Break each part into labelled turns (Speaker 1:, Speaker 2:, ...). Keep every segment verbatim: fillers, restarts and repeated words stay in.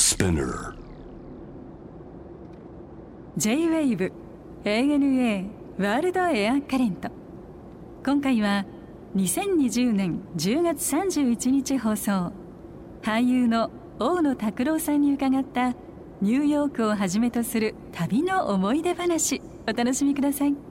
Speaker 1: Spinner
Speaker 2: J-ウェーブ エーエヌエー ワールドエアカレント。今回はにせんにじゅうねんじゅうがつさんじゅういちにち放送、俳優の大野拓朗さんに伺ったニューヨークをはじめとする旅の思い出話、お楽しみください。
Speaker 3: ニ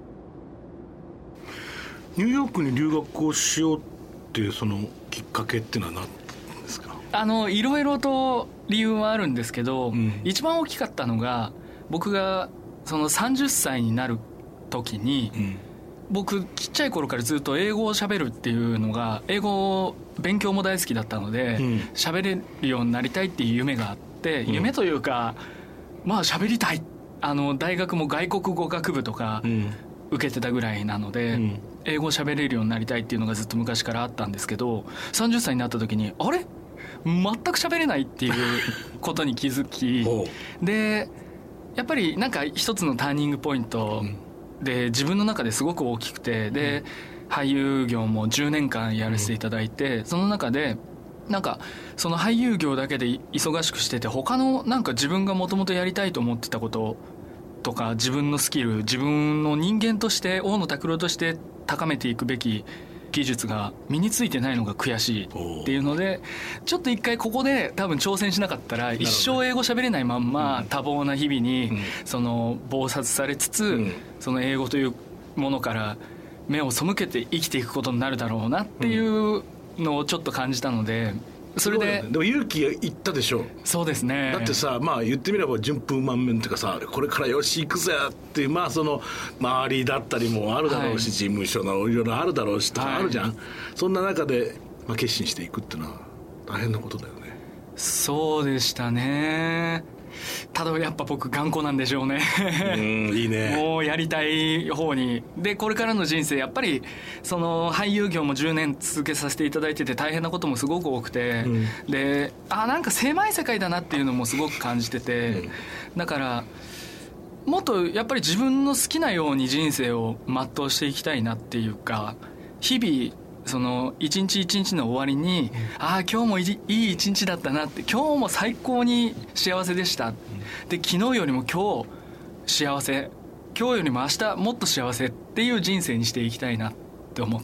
Speaker 3: ューヨークに留学をしようっていうそのきっかけっていうのは何ですか？
Speaker 4: あのいろいろと理由はあるんですけど、うん、一番大きかったのが僕がそのさんじゅっさいになる時に、うん、僕ちっちゃい頃からずっと英語を喋るっていうのが、英語勉強も大好きだったので喋、うん、れるようになりたいっていう夢があって、うん、夢というかまあ喋りたい、あの大学も外国語学部とか受けてたぐらいなので、うん、英語を喋れるようになりたいっていうのがずっと昔からあったんですけど、さんじゅっさいになった時にあれ全く喋れないっていうことに気づきでやっぱりなんか一つのターニングポイントで自分の中ですごく大きくて、で俳優業もじゅうねんかんやらせていただいて、その中でなんかその俳優業だけで忙しくしてて、他のなんか自分がもともとやりたいと思ってたこととか、自分のスキル、自分の人間として大野拓朗として高めていくべき技術が身についてないのが悔しいっていうので、ちょっと一回ここで多分挑戦しなかったら一生英語喋れないまんま多忙な日々にその忙殺されつつ、その英語というものから目を背けて生きていくことになるだろうなっていうのをちょっと感じたので、それで、
Speaker 3: ね、でも勇気がいったでしょ。
Speaker 4: そうですね。
Speaker 3: だってさ、まあ言ってみれば順風満面っていうかさ、これからよし行くぜっていう、まあその周りだったりもあるだろうし、はい、事務所のいろいろあるだろうしとかあるじゃん、はい、そんな中で、まあ、決心していくっていうのは大変なことだよね。
Speaker 4: そうでしたね。ただやっぱ僕頑固なんでしょうね。
Speaker 3: うん、いいね。
Speaker 4: もうやりたい方に。でこれからの人生やっぱりその俳優業もじゅうねん続けさせていただいてて大変なこともすごく多くて、うん、であなんか狭い世界だなっていうのもすごく感じてて、うん、だからもっとやっぱり自分の好きなように人生を全うしていきたいなっていうか、日々その一日一日の終わりに、うん、ああ今日もいい一日だったなって、今日も最高に幸せでした、うん、で昨日よりも今日幸せ、今日よりも明日もっと幸せっていう人生にしていきたいなって思って、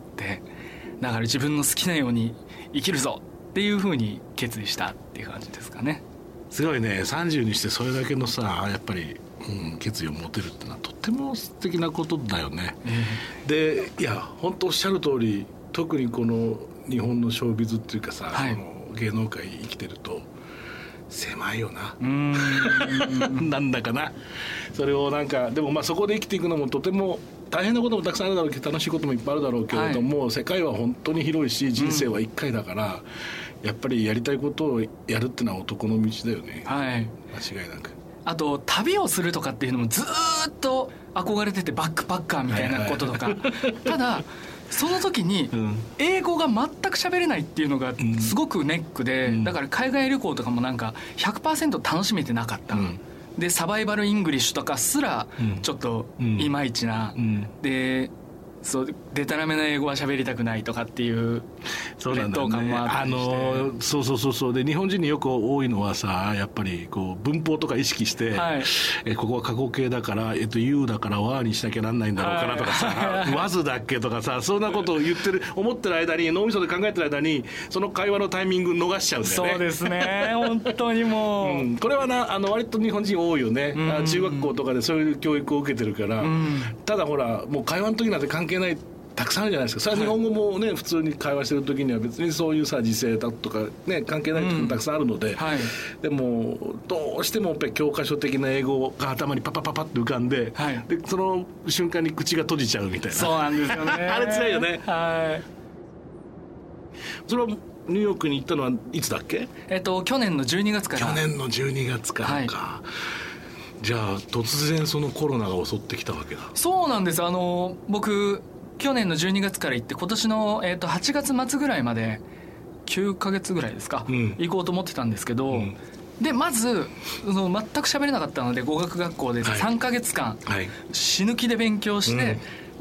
Speaker 4: だから自分の好きなように生きるぞっていうふうに決意したっていう感じですかね。
Speaker 3: すごいね。さんじゅうにしてそれだけのさやっぱり、うん、決意を持てるってのはとっても素敵なことだよね、うん、でいや本当おっしゃる通り、特にこの日本のショービズっていうかさ、はい、この芸能界生きてると狭いよな。うーんなんだかな。それをなんかでもまあそこで生きていくのもとても大変なこともたくさんあるだろうけど、楽しいこともいっぱいあるだろうけれども、はい、世界は本当に広いし人生はいっかいだから、うん、やっぱりやりたいことをやるってのは男の道だよね、はい、間違いなく。
Speaker 4: あと旅をするとかっていうのもずっと憧れてて、バックパッカーみたいなこととか、はいはい、ただその時に英語が全く喋れないっていうのがすごくネックで、だから海外旅行とかもなんか ひゃくパーセント 楽しめてなかった、うん、でサバイバルイングリッシュとかすらちょっといまいちな、うんうん、でそうデタラメな英語は喋りたくないとかっていう劣等感もあったりして、
Speaker 3: あのそうそうそうそうで日本人によく多いのはさ、やっぱりこう文法とか意識して、はい、えここは過去形だから、えっと、You だからわにしなきゃなんないんだろうかなとかさ、はい、Was だっけとかさ、そんなことを言ってる思ってる間に、脳みそで考えてる間にその会話のタイミング逃しちゃうんだよね。
Speaker 4: そうですね本当にもう、
Speaker 3: うん、これはなあの割と日本人多いよね、うん、中学校とかでそういう教育を受けてるから、うん、ただほらもう会話の時なんて関係ないたくさんあるじゃないですか。それは日本語もね、はい、普通に会話してる時には別にそういうさ時制だとかね関係ないこともたくさんあるので、うんはい、でもどうしてもやっぱり教科書的な英語が頭にパパパパって浮かんで、はい、でその瞬間に口が閉じちゃうみたいな。
Speaker 4: そうなんですよね
Speaker 3: あれ辛いよね、はい、それはニューヨークに行ったのはいつだっけ？
Speaker 4: えっと去年のじゅうにがつから。
Speaker 3: 去年のじゅうにがつからか、はい、じゃあ突然そのコロナが襲ってきたわけだ。
Speaker 4: そうなんです。あの僕去年のじゅうにがつから行って、今年の、えー、とはちがつ末ぐらいまできゅうかげつぐらいですか、うん、行こうと思ってたんですけど、うん、でまずその全く喋れなかったので語学学校でさんかげつかん、はい、死ぬ気で勉強して、うん、で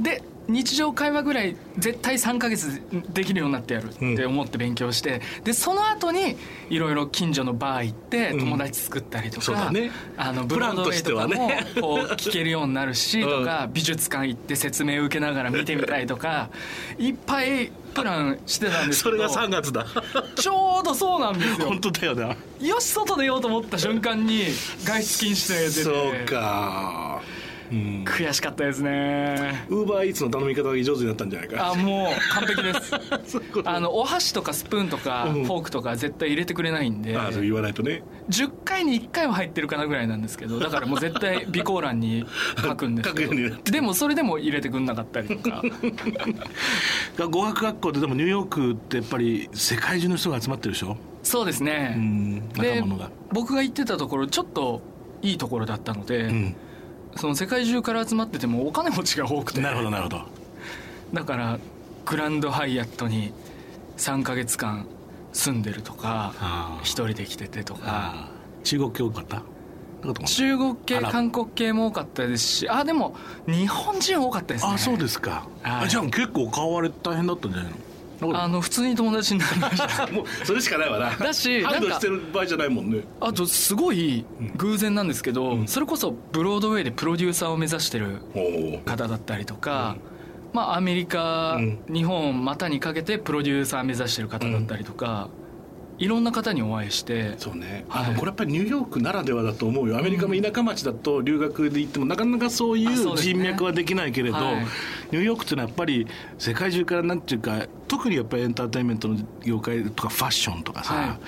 Speaker 4: 日常会話ぐらい絶対さんかげつできるようになってやるって思って勉強して、うん、でその後にいろいろ近所のバー行って友達作ったりとか、うんそうだね、あのブロードウェイとかもこう聞けるようになるしとか、うん、美術館行って説明受けながら見てみたいとかいっぱいプランしてたんですけど、
Speaker 3: それがさんがつだ
Speaker 4: ちょうどそうなんですよ。
Speaker 3: 本当だよな。
Speaker 4: よし外出ようと思った瞬間に外出禁止令出て、
Speaker 3: そうか、
Speaker 4: うん、悔しかったですね。
Speaker 3: ウーバーイーツの頼み方が上手になったんじゃないか。
Speaker 4: あもう完璧ですあのお箸とかスプーンとかフォークとか絶対入れてくれないんで、
Speaker 3: うん、あそう言わないとね。じゅっ
Speaker 4: かいにいっかいは入ってるかなぐらいなんですけど、だからもう絶対備考欄に書くんですけどでもそれでも入れてくんなかったりとか
Speaker 3: 語学学校ってでもニューヨークってやっぱり世界中の人が集まってるでしょ。
Speaker 4: そうですね。
Speaker 3: うん
Speaker 4: で僕が行ってたところちょっといいところだったので、うんその世界中から集まっててもお金持ちが多くて、
Speaker 3: なるほどなるほど。だ
Speaker 4: からグランドハイアットにさんかげつかん住んでるとか一人で来ててとか。
Speaker 3: 中国系多かった？
Speaker 4: 中国系韓国系も多かったですし、あでも日本人多かったですね。
Speaker 3: あそうですか、はい、あじゃあ結構顔割れ大変だったんじゃないの？
Speaker 4: あの普通に友達になりました
Speaker 3: もうそれしかないわな。だしハンドしてる場合じゃないもんね。
Speaker 4: あとすごい偶然なんですけど、うん、それこそブロードウェイでプロデューサーを目指してる方だったりとか、うんまあ、アメリカ、うん、日本股にかけてプロデューサー目指してる方だったりとか、いろんな方にお会いして。
Speaker 3: そうね、あのこれやっぱりニューヨークならではだと思うよ。アメリカも田舎町だと留学で行ってもなかなかそういう人脈はできないけれど、ねはい、ニューヨークっていうのはやっぱり世界中からなんていうか、特にやっぱりエンターテインメントの業界とかファッションとかさ、はい、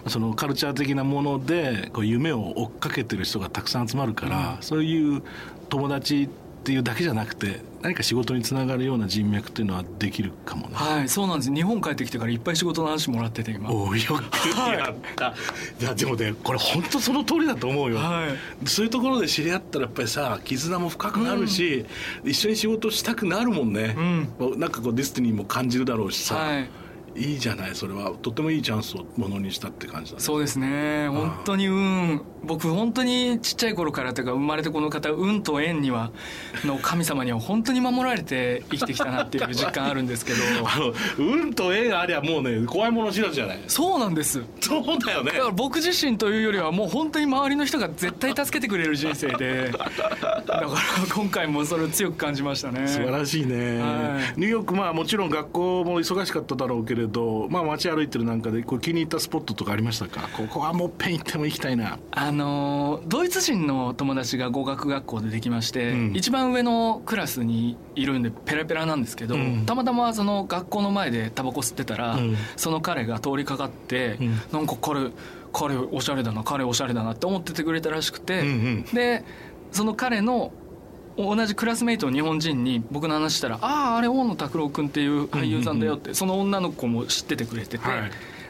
Speaker 3: そのカルチャー的なものでこう夢を追っかけてる人がたくさん集まるから、うん、そういう友達っていうだけじゃなくて何か仕事につながるような人脈っていうのはできるかもね。
Speaker 4: はいそうなんです。日本帰ってきてからいっぱい仕事の話もらってて今。
Speaker 3: およくやった、はい、いやでもねこれ本当その通りだと思うよ、はい、そういうところで知り合ったらやっぱりさ絆も深くなるし、うん、一緒に仕事したくなるもんね、うん、なんかこうディスティニーも感じるだろうしさ、はいいいじゃない。それはとてもいいチャンスをものにしたって感じだね。
Speaker 4: そうですね本当に運僕本当にちっちゃい頃からというか生まれてこの方運と縁にはの神様には本当に守られて生きてきたなっていう実感あるんですけど
Speaker 3: あの運と縁ありゃもうね怖いもの知らずじゃない。
Speaker 4: そうなんです。
Speaker 3: そうだよね。
Speaker 4: だから僕自身というよりはもう本当に周りの人が絶対助けてくれる人生でだから今回もそれを強く感じましたね。
Speaker 3: 素晴らしいね、はい、ニューヨークまあもちろん学校も忙しかっただろうけれど、まあ、街歩いてるなんかでこう気に入ったスポットとかありましたか？ここはもうペン行っても行きたいな。
Speaker 4: あのドイツ人の友達が語学学校でできまして、うん、一番上のクラスにいるんでペラペラなんですけど、うん、たまたまその学校の前でタバコ吸ってたら、うん、その彼が通りかかって、うん、なんか彼彼おしゃれだな彼おしゃれだなって思っててくれたらしくて、うんうん、でその彼の同じクラスメイトの日本人に僕の話したらあああれ大野拓郎君っていう俳優さんだよって、うんうんうん、その女の子も知っててくれてて、はい、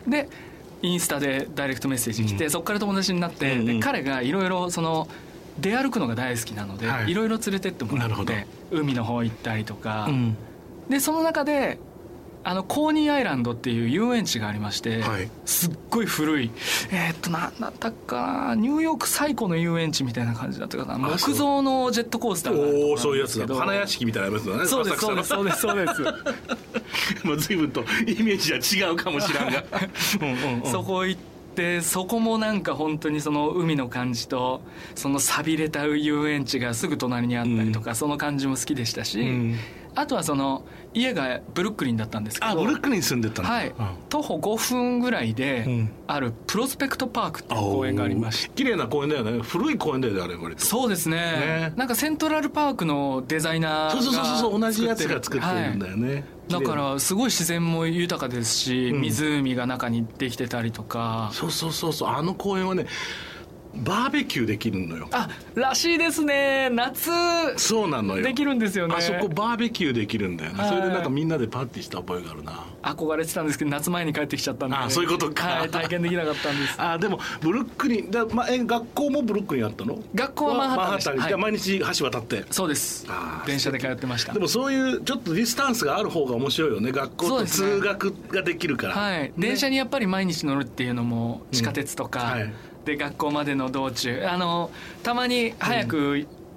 Speaker 4: でインスタでダイレクトメッセージ来て、うん、そこから友達になって、うんうん、で彼がいろいろその出歩くのが大好きなのでいろいろ連れてってもらって海の方行ったりとか、うん、でその中であのコーニーアイランドっていう遊園地がありまして、はい、すっごい古いえー、っと何だったかなニューヨーク最古の遊園地みたいな感じだったかな木造のジェットコースターがあるところなんですけど、おそういうやつだ花屋敷みたいなやつだね。そうですそうですそうですそうです
Speaker 3: まあ随分とイメージは違うかもしれんがうんうん、
Speaker 4: うん、そこ行ってそこもなんか本当にその海の感じとその寂れた遊園地がすぐ隣にあったりとか、うん、その感じも好きでしたし、うんあとはその家がブルックリンだったんですけど、
Speaker 3: あブルックリンに住んでたんだ、
Speaker 4: はいうん、徒歩ごふんぐらいであるプロスペクトパークっていう公園がありまして、
Speaker 3: 綺麗な公園だよね。古い公園だよねあれ割と。
Speaker 4: そうです ね, ねなんかセントラルパークのデザイナーが
Speaker 3: そうそうそうそう同じやつが作ってるんだよね、
Speaker 4: はい、だからすごい自然も豊かですし、うん、湖が中にできてたりとか。
Speaker 3: そうそうそうそうあの公園はねバーベキューできるのよ。
Speaker 4: あらしいですね。夏
Speaker 3: そうなのよ
Speaker 4: できるんですよね。
Speaker 3: あそこバーベキューできるんだよね。それでなんかみんなでパーティーした覚えがあるな。
Speaker 4: 憧れてたんですけど夏前に帰ってきちゃったんで。
Speaker 3: あそういうことか、
Speaker 4: はい、体験できなかったんです。
Speaker 3: あでもブルックリンだ、ま、え学校もブルックリンあったの？
Speaker 4: 学校はマンハッタンでした。
Speaker 3: マンハッタン、はい、毎日橋渡って。
Speaker 4: そうです。電車で通ってました。
Speaker 3: でもそういうちょっとディスタンスがある方が面白いよね。学校と通学ができるから、
Speaker 4: はい、ね、電車にやっぱり毎日乗るっていうのも地下鉄とか、うんはいで学校までの道中あのたまに早く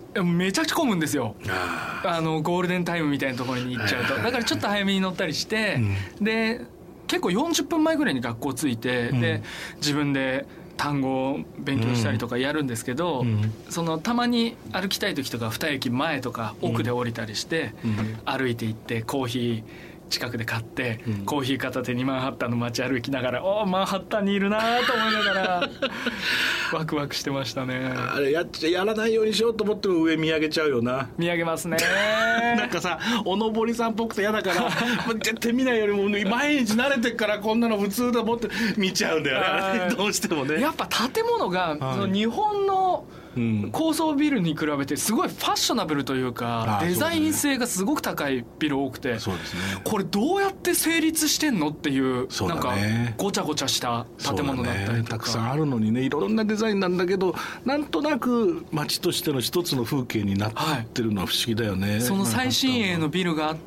Speaker 4: めちゃくちゃ混むんですよ。ああのゴールデンタイムみたいなところに行っちゃうと。だからちょっと早めに乗ったりして、うん、で結構よんじゅっぷんまえぐらいに学校着いて、うん、で自分で単語を勉強したりとかやるんですけど、うん、そのたまに歩きたい時とかに駅前とか奥で降りたりして、うん、歩いて行ってコーヒー近くで買って、うん、コーヒー片手にマンハッタンの街歩きながら、おーマンハッタンにいるなと思いながらワクワクしてましたね。
Speaker 3: あれ や, やらないようにしようと思っても上見上げちゃうよな。
Speaker 4: 見上げますね
Speaker 3: なんかさおのぼりさんっぽくて嫌だから絶対見ないよりも毎日慣れてからこんなの普通だと思って見ちゃうんだよねどうしてもね。
Speaker 4: やっぱ建物が、はい、その日本の高層ビルに比べてすごいファッショナブルというかデザイン性がすごく高いビル多くて、
Speaker 3: そうですね、
Speaker 4: これどうやって成立してんのっていう、なんかごちゃごちゃした建物だったりとか、
Speaker 3: ね、たくさんあるのにね、いろんなデザインなんだけどなんとなく街としての一つの風景になってるのは不思議だよね、はい、
Speaker 4: その最新鋭のビルがあって、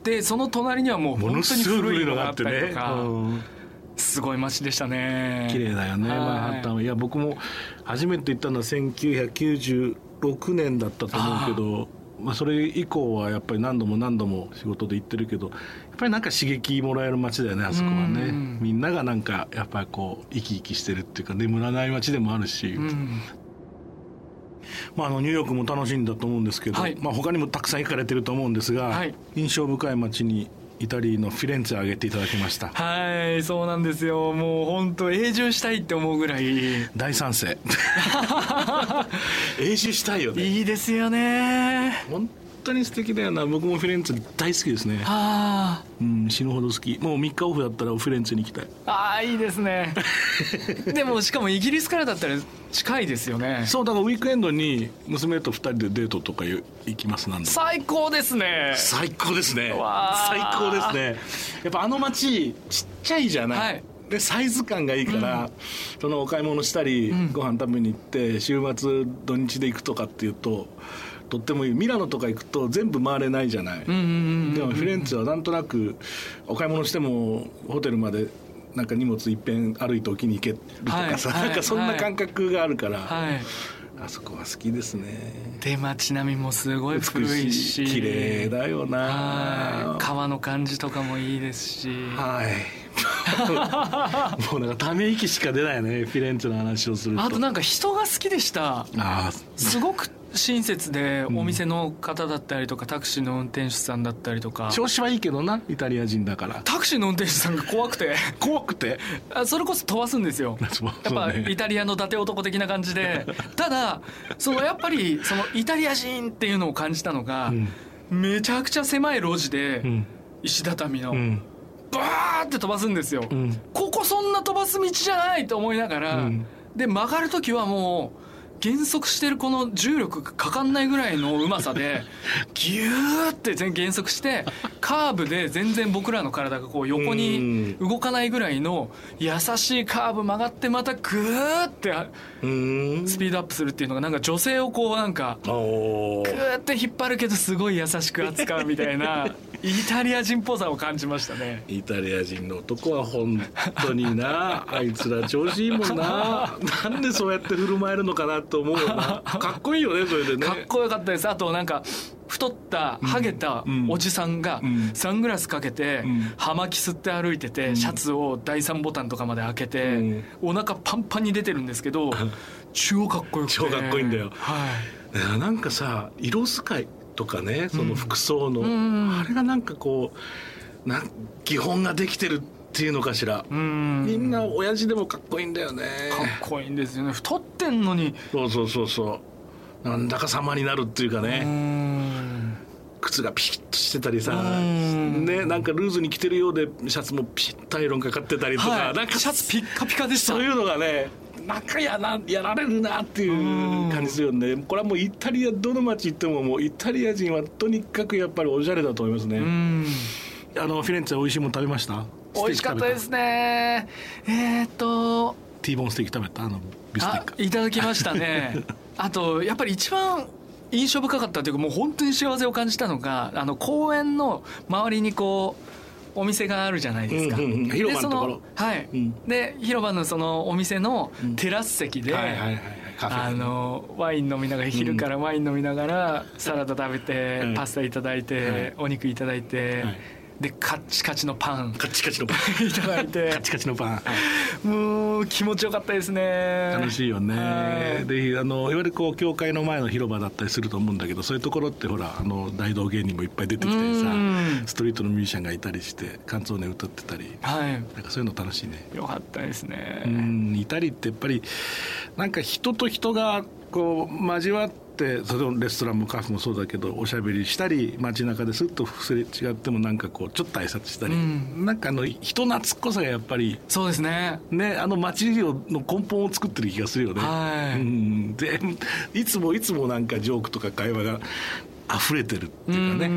Speaker 4: はい、その隣にはもう本当に古いのがあったりとか、すごい街でしたね。
Speaker 3: 綺麗だよね、マンハッタンは。いや僕も初めて行ったのはせんきゅうひゃくきゅうじゅうろくねんだったと思うけど、まあ、それ以降はやっぱり何度も何度も仕事で行ってるけど、やっぱりなんか刺激もらえる街だよね、あそこはね。みんながなんかやっぱりこう生き生きしてるっていうか眠らない街でもあるし、まあ、あのニューヨークも楽しいんだと思うんですけど、はい、まあ、他にもたくさん行かれてると思うんですが、はい、印象深い街にイタリーのフィレンツェを挙げていただきました。
Speaker 4: はい、そうなんですよ。もう本当永住したいって思うぐらい
Speaker 3: 大賛成永住したいよね。
Speaker 4: いいですよね。
Speaker 3: 本当に素敵だよな。僕もフィレンツェ大好きですね。
Speaker 4: はあ、
Speaker 3: うん、死ぬほど好き。もうみっかオフだったらフィレンツェに行きたい。
Speaker 4: ああ、いいですねでもしかもイギリスからだったら近いですよね。
Speaker 3: そうだからウィークエンドに娘とふたりでデートとか行きます。なんで
Speaker 4: 最高ですね。
Speaker 3: 最高ですね。最高ですね。やっぱあの街ちっちゃいじゃない、はい、でサイズ感がいいから、うん、そのお買い物したり、うん、ご飯食べに行って週末土日で行くとかっていうととってもいい。ミラノとか行くと全部回れないじゃない、うんうんうんうん、でもフィレンツェはなんとなくお買い物してもホテルまでなんか荷物いっぺん歩いておきに行けるとかさ、はい、なんかそんな感覚があるから、はい、あそこは好きですね。
Speaker 4: で街並みもすごい古いし
Speaker 3: 綺麗だよな。
Speaker 4: はい、川の感じとかもいいですし、
Speaker 3: はいもうなんかため息しか出ないね、フィレンツェの話をすると。
Speaker 4: あとなんか人が好きでした。あすごく親切で、お店の方だったりとか、うん、タクシーの運転手さんだったりとか。
Speaker 3: 調子はいいけどな、イタリア人だから。
Speaker 4: タクシーの運転手さんが怖くて
Speaker 3: 怖くて
Speaker 4: あそれこそ飛ばすんですよやっぱイタリアの伊達男的な感じでただそのやっぱりそのイタリア人っていうのを感じたのが、うん、めちゃくちゃ狭い路地で、うん、石畳の、うん、バーって飛ばすんですよ、うん、ここそんな飛ばす道じゃないと思いながら、うん、で曲がるときはもう減速してるこの重力がかかんないぐらいのうまさでギューって全減速してカーブで全然僕らの体がこう横に動かないぐらいの優しいカーブ曲がってまたグーってスピードアップするっていうのがなんか女性をこうなんかグーって引っ張るけどすごい優しく扱うみたいなイタリア人っぽさを感じましたね。
Speaker 3: イタリア人の男は本当になあいつら調子いいもんななんでそうやって振る舞えるのかなと思うよな。かっこいいよねそれでね。
Speaker 4: かっこよかったです。あとなんか太ったハゲたおじさんがサングラスかけて葉巻吸って歩いてて、シャツをだいさんボタンとかまで開けてお腹パンパンに出てるんですけど超かっこよくて。
Speaker 3: 超かっこいいんだよ、はい、なんかさ色使いとかね、その服装の、うん、あれがなんかこうな基本ができてるっていうのかしら、うん、みんな親父でもかっこいいんだよね。
Speaker 4: かっこいいんですよね。太ってんのに
Speaker 3: そうそうそうそうなんだか様になるっていうかね、うん、靴がピシッとしてたりさ、ね、なんかルーズに着てるようでシャツもピシッとアイロンかかってたりとか、はい、なんか
Speaker 4: シャツピッカピカでした。
Speaker 3: そういうのがねなんかやなやられるなっていう感じするよね。これはもうイタリアどの街行ってももうイタリア人はとにかくやっぱりおしゃれだと思いますね。うんあのフィレンツェ美味しいもの食べました？
Speaker 4: 美味しかったですね。えー、っと
Speaker 3: ティーボーンステーキ食べた？あのビスティック
Speaker 4: いただきましたねあとやっぱり一番印象深かったというかもう本当に幸せを感じたのがあの公園の周りにこうお店があるじゃないですか、うんうんうん、
Speaker 3: 広場のところ
Speaker 4: はい、うん、で広場のそのお店のテラス席で
Speaker 3: カフェ、ね、
Speaker 4: あのワイン飲みながら昼からワイン飲みながらサラダ食べて、うん、パスタいただいて、はい、お肉いただいて、はい、でカッチカチのパン
Speaker 3: カッチカチのパン
Speaker 4: いただいて
Speaker 3: カッチカチのパン、はい、
Speaker 4: もう気持ちよかったですね。
Speaker 3: 楽しいよね、はい、であのいわゆるこう教会の前の広場だったりすると思うんだけど、そういうところってほらあの大道芸人もいっぱい出てきてさ、ストリートのミュージシャンがいたりしてカンツォーネ歌ってたり、はい、なんかそういうの楽しいね。
Speaker 4: よかったですね。
Speaker 3: うんいたりってやっぱりなんか人と人がこう交わって、それレストランもカフェもそうだけどおしゃべりしたり街中ですっとすれ違ってもなんかこうちょっと挨拶したり、うん、なんかあの人懐っこさがやっぱり
Speaker 4: そうですね、
Speaker 3: ね、あの街の根本を作ってる気がするよね、はい、うん、でいつもいつもなんかジョークとか会話が溢れてるっていうかね。うん、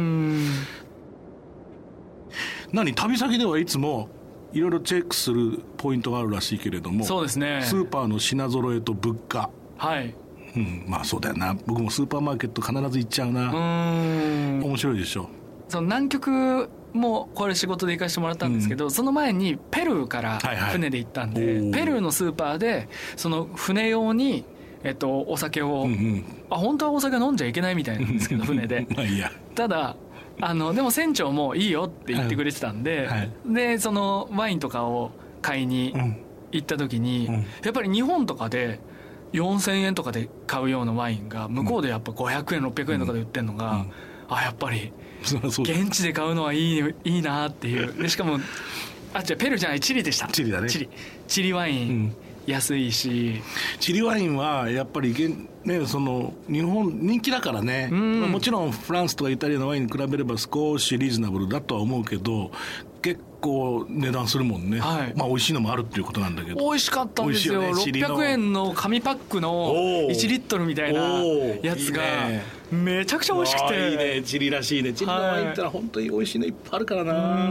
Speaker 3: 何旅先ではいつもいろいろチェックするポイントがあるらしいけれども、
Speaker 4: そうですね、
Speaker 3: スーパーの品揃えと物価、
Speaker 4: はい、
Speaker 3: うん、まあそうだよな、僕もスーパーマーケット必ず行っちゃうな。うーん、面白いでしょ。
Speaker 4: その南極もこれ仕事で行かせてもらったんですけど、うん、その前にペルーから船で行ったんで、はいはい、ペルーのスーパーでその船用にえっと、お酒を、うんうん、あ本当はお酒飲んじゃいけないみたいなんですけど船でまあいいや、ただあのでも船長もいいよって言ってくれてたんで、はいはい、でそのワインとかを買いに行った時に、うん、やっぱり日本とかでよんせんえんとかで買うようなワインが向こうでやっぱごひゃくえんろっぴゃくえんとかで売ってるのが、うんうん、あやっぱり現地で買うのはいい、いいなっていう。でしかもあ違うペルーじゃないチリでした。
Speaker 3: チリだね。
Speaker 4: チリ、チリワイン、うん安いし、
Speaker 3: チリワインはやっぱり、ね、その日本人気だからね、うん、もちろんフランスとかイタリアのワインに比べれば少しリーズナブルだとは思うけど結構値段するもんね、はい、まあ美味しいのもあるっていうことなんだけど。
Speaker 4: 美味しかったんですよ、ね、ろっぴゃくえんの紙パックのいちリットルみたいなやつがめちゃくちゃ美味しくて。
Speaker 3: いいね、チリらしいね。チリのワインってのは本当に美味しいのいっぱいあるからな、はい、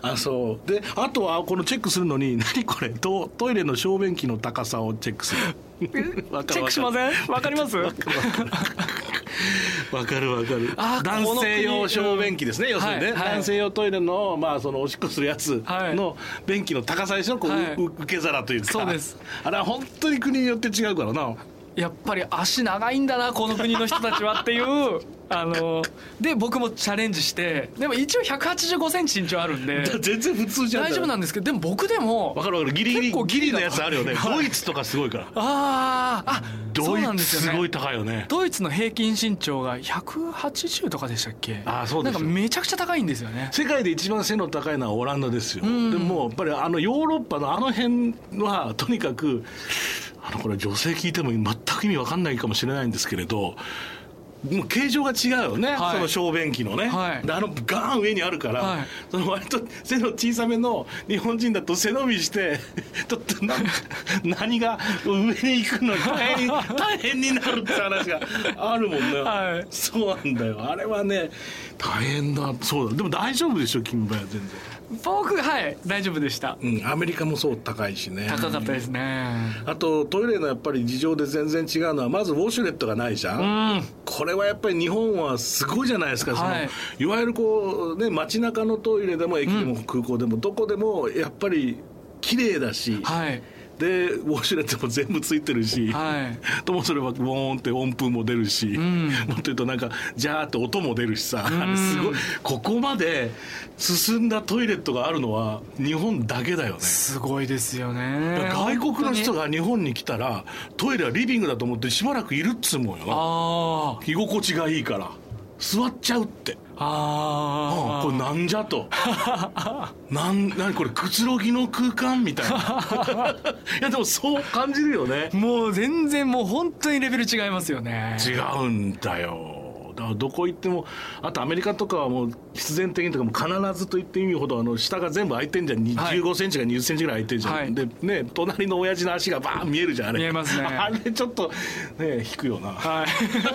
Speaker 3: あそうであとはこのチェックするのに何これ ト, トイレの小便器の高さをチェックする
Speaker 4: チェックしません？わかります？わかる
Speaker 3: わかるわかる。男性用小便器ですね、要するにね、はいはい、男性用トイレの、まあ、そのおしっこするやつの便器の高さでしょ、こう、はい、受け皿というか。
Speaker 4: そうです。
Speaker 3: あれは本当に国によって違うからな。
Speaker 4: やっぱり足長いんだなこの国の人たちはっていうあので僕もチャレンジして、でも一応ひゃくはちじゅうごセンチ身長あるんで
Speaker 3: 全然普通じゃん。
Speaker 4: 大丈夫なんですけど、でも僕でも
Speaker 3: 分かる分かる、ギリギリギリのやつあるよね。ドイツとかすごいから。
Speaker 4: ああ
Speaker 3: ドイツすごい高いよね。
Speaker 4: ドイツの平均身長がひゃくはちじゅうとかでしたっけ。
Speaker 3: あそうです。
Speaker 4: なんかめちゃくちゃ高いんですよね。
Speaker 3: 世界で一番背の高いのはオランダですよ。でもやっぱりあのヨーロッパのあの辺はとにかくあのこれ女性聞いても全く意味分かんないかもしれないんですけれど、もう形状が違うよね、はい、その小便器のね、はい、であのガーン上にあるから、はい、その割と背の小さめの日本人だと背伸びしてちょっとな何が上に行くのに大変大変になるって話があるもんね、はい、そうなんだよ、あれはね大変だ。そうだ、でも大丈夫でしょ金馬は全然。
Speaker 4: 僕はい大丈夫でした、
Speaker 3: うん、アメリカもそう高いしね、
Speaker 4: 高かったですね。
Speaker 3: あとトイレのやっぱり事情で全然違うのはまずウォシュレットがないじゃん、うん、これはやっぱり日本はすごいじゃないですか、はい、そのいわゆるこう、ね、街中のトイレでも駅でも空港でもどこでもやっぱり綺麗だし、はいでウォシュレットも全部ついてるし、はい、ともすればボーンって音符も出るし、うん、もっと言うとなんかジャーって音も出るしさ、うん、あれすごいここまで進んだトイレットがあるのは日本だけだよね。
Speaker 4: すごいですよね。
Speaker 3: 外国の人が日本に来たらトイレはリビングだと思ってしばらくいるっつうもんよな。あ居心地がいいから座っちゃうって。ああこれなんじゃとなん何これくつろぎの空間みたいないやでもそう感じるよね。
Speaker 4: もう全然もう本当にレベル違いますよね。
Speaker 3: 違うんだよ。だからどこ行っても、あとアメリカとかはもう必然的にとかも必ずと言って意味ほどあの下が全部開いてんじゃん、はい、じゅうごセンチかにじゅっセンチぐらい開いてんじゃん、はい、でね隣の親父の足がバーン見えるじゃん、あれ
Speaker 4: 見えますね
Speaker 3: あれちょっとね引くよな、はい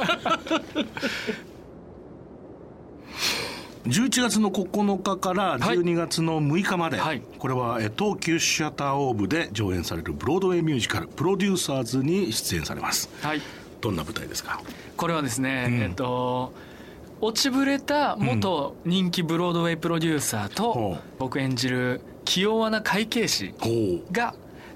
Speaker 3: じゅういちがつのここのかからじゅうにがつのむいかまで、はい、これは東急シアターオーブで上演されるブロードウェイミュージカルプロデューサーズに出演されます、はい、どんな舞台ですか。
Speaker 4: これはですね、うん、えっと落ちぶれた元人気ブロードウェイプロデューサーと、うん、僕演じる器用な会計士が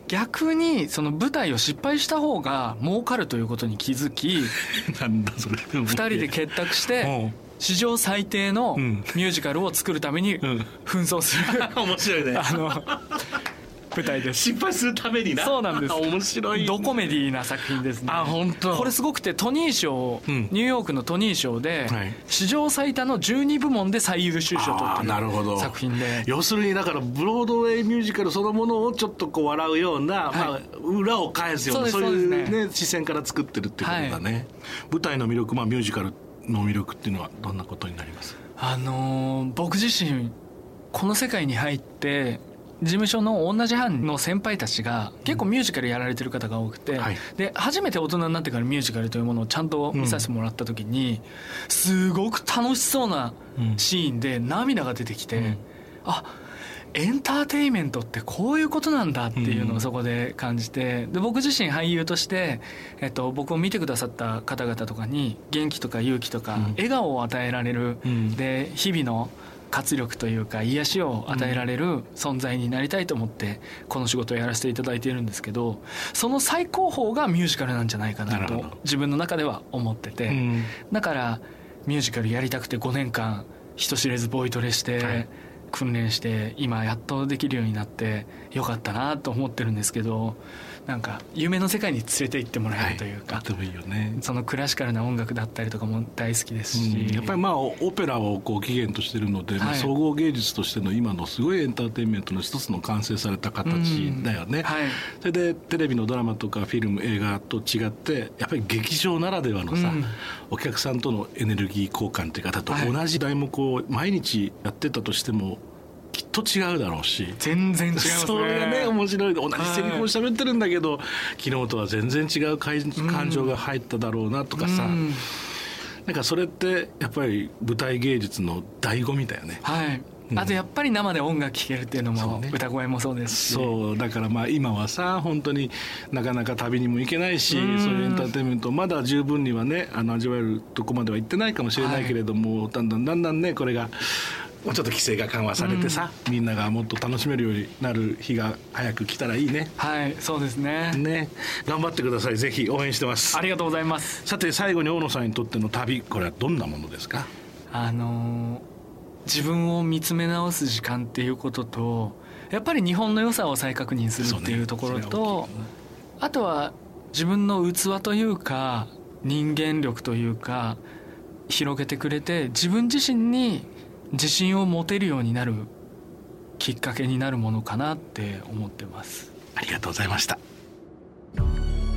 Speaker 4: 逆にその舞台を失敗した方が儲かるということに気づき
Speaker 3: なんだそれ
Speaker 4: ふたりで結託して史上最低のミュージカルを作るために紛争する、
Speaker 3: うん、面白いね
Speaker 4: あの舞台です。
Speaker 3: 失敗するためにな。
Speaker 4: そうなんです。
Speaker 3: 面白い。
Speaker 4: ドコメディーな作品ですね。
Speaker 3: あ、本当。
Speaker 4: これすごくてトニー賞、うん、ニューヨークのトニー賞で、はい、史上最多のじゅうに部門で最優秀賞を取ってる作品で。
Speaker 3: 要するにだからブロードウェイミュージカルそのものをちょっとこう笑うような、はい、まあ、裏を返すようなそういうね、ね、視線から作ってるっていうことだね。はい、舞台の魅力、まあミュージカルの魅力っていうのはどんなことになります？
Speaker 4: あのー、僕自身この世界に入って事務所の同じ班の先輩たちが結構ミュージカルやられてる方が多くて、はい、で初めて大人になってからミュージカルというものをちゃんと見させてもらった時に、うん、すごく楽しそうなシーンで涙が出てきて、うん、あ、エンターテインメントってこういうことなんだっていうのをそこで感じて、で僕自身俳優として、えっと、僕を見てくださった方々とかに元気とか勇気とか笑顔を与えられる、うん、で日々の活力というか癒しを与えられる存在になりたいと思ってこの仕事をやらせていただいているんですけど、その最高峰がミュージカルなんじゃないかなと自分の中では思ってて、だからミュージカルやりたくてごねんかん人知れずボイトレして訓練して今やっとできるようになってよかったなと思ってるんですけど、なんか夢の世界に連れて行ってもらえるというか、
Speaker 3: はい、とてもいいよね。
Speaker 4: そのクラシカルな音楽だったりとかも大好きですし、
Speaker 3: うん、やっぱりまあオペラをこう起源としてるので、はい、まあ、総合芸術としての今のすごいエンターテインメントの一つの完成された形だよね、うん、はい、それでテレビのドラマとかフィルム映画と違ってやっぱり劇場ならではのさ、うん、お客さんとのエネルギー交換というか、だと同じ題目を毎日やってたとしてもきっと違うだろうし、
Speaker 4: 全然違いますね。
Speaker 3: それがね面白い。同じセリフを喋ってるんだけど、はい、昨日とは全然違う感情が入っただろうなとかさ、うん、なんかそれってやっぱり舞台芸術の醍醐味だよね。
Speaker 4: はい、うん、あとやっぱり生で音楽聴けるっていうのも、ね、歌声もそうですし、
Speaker 3: そうだからまあ今はさ本当になかなか旅にも行けないし、うん、そういうエンターテインメントまだ十分にはねあの味わえるとこまでは行ってないかもしれないけれども、はい、だんだんだんだんねこれがもうちょっと規制が緩和されてさ、うん、みんながもっと楽しめるようになる日が早く来たらいいね。
Speaker 4: はい、そうですね。
Speaker 3: ね、頑張ってください。ぜひ応援してます。
Speaker 4: ありがとうございます。
Speaker 3: さて最後に大野さんにとっての旅、これはどんなものですか？
Speaker 4: あのー、自分を見つめ直す時間っていうことと、やっぱり日本の良さを再確認するっていうところと、ね、あとは自分の器というか人間力というか広げてくれて、自分自身に自信を持てるようになるきっかけになるものかなって思ってます。
Speaker 3: ありがとうございました。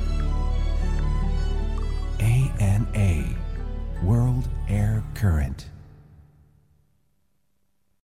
Speaker 1: エーエヌエー World Air Current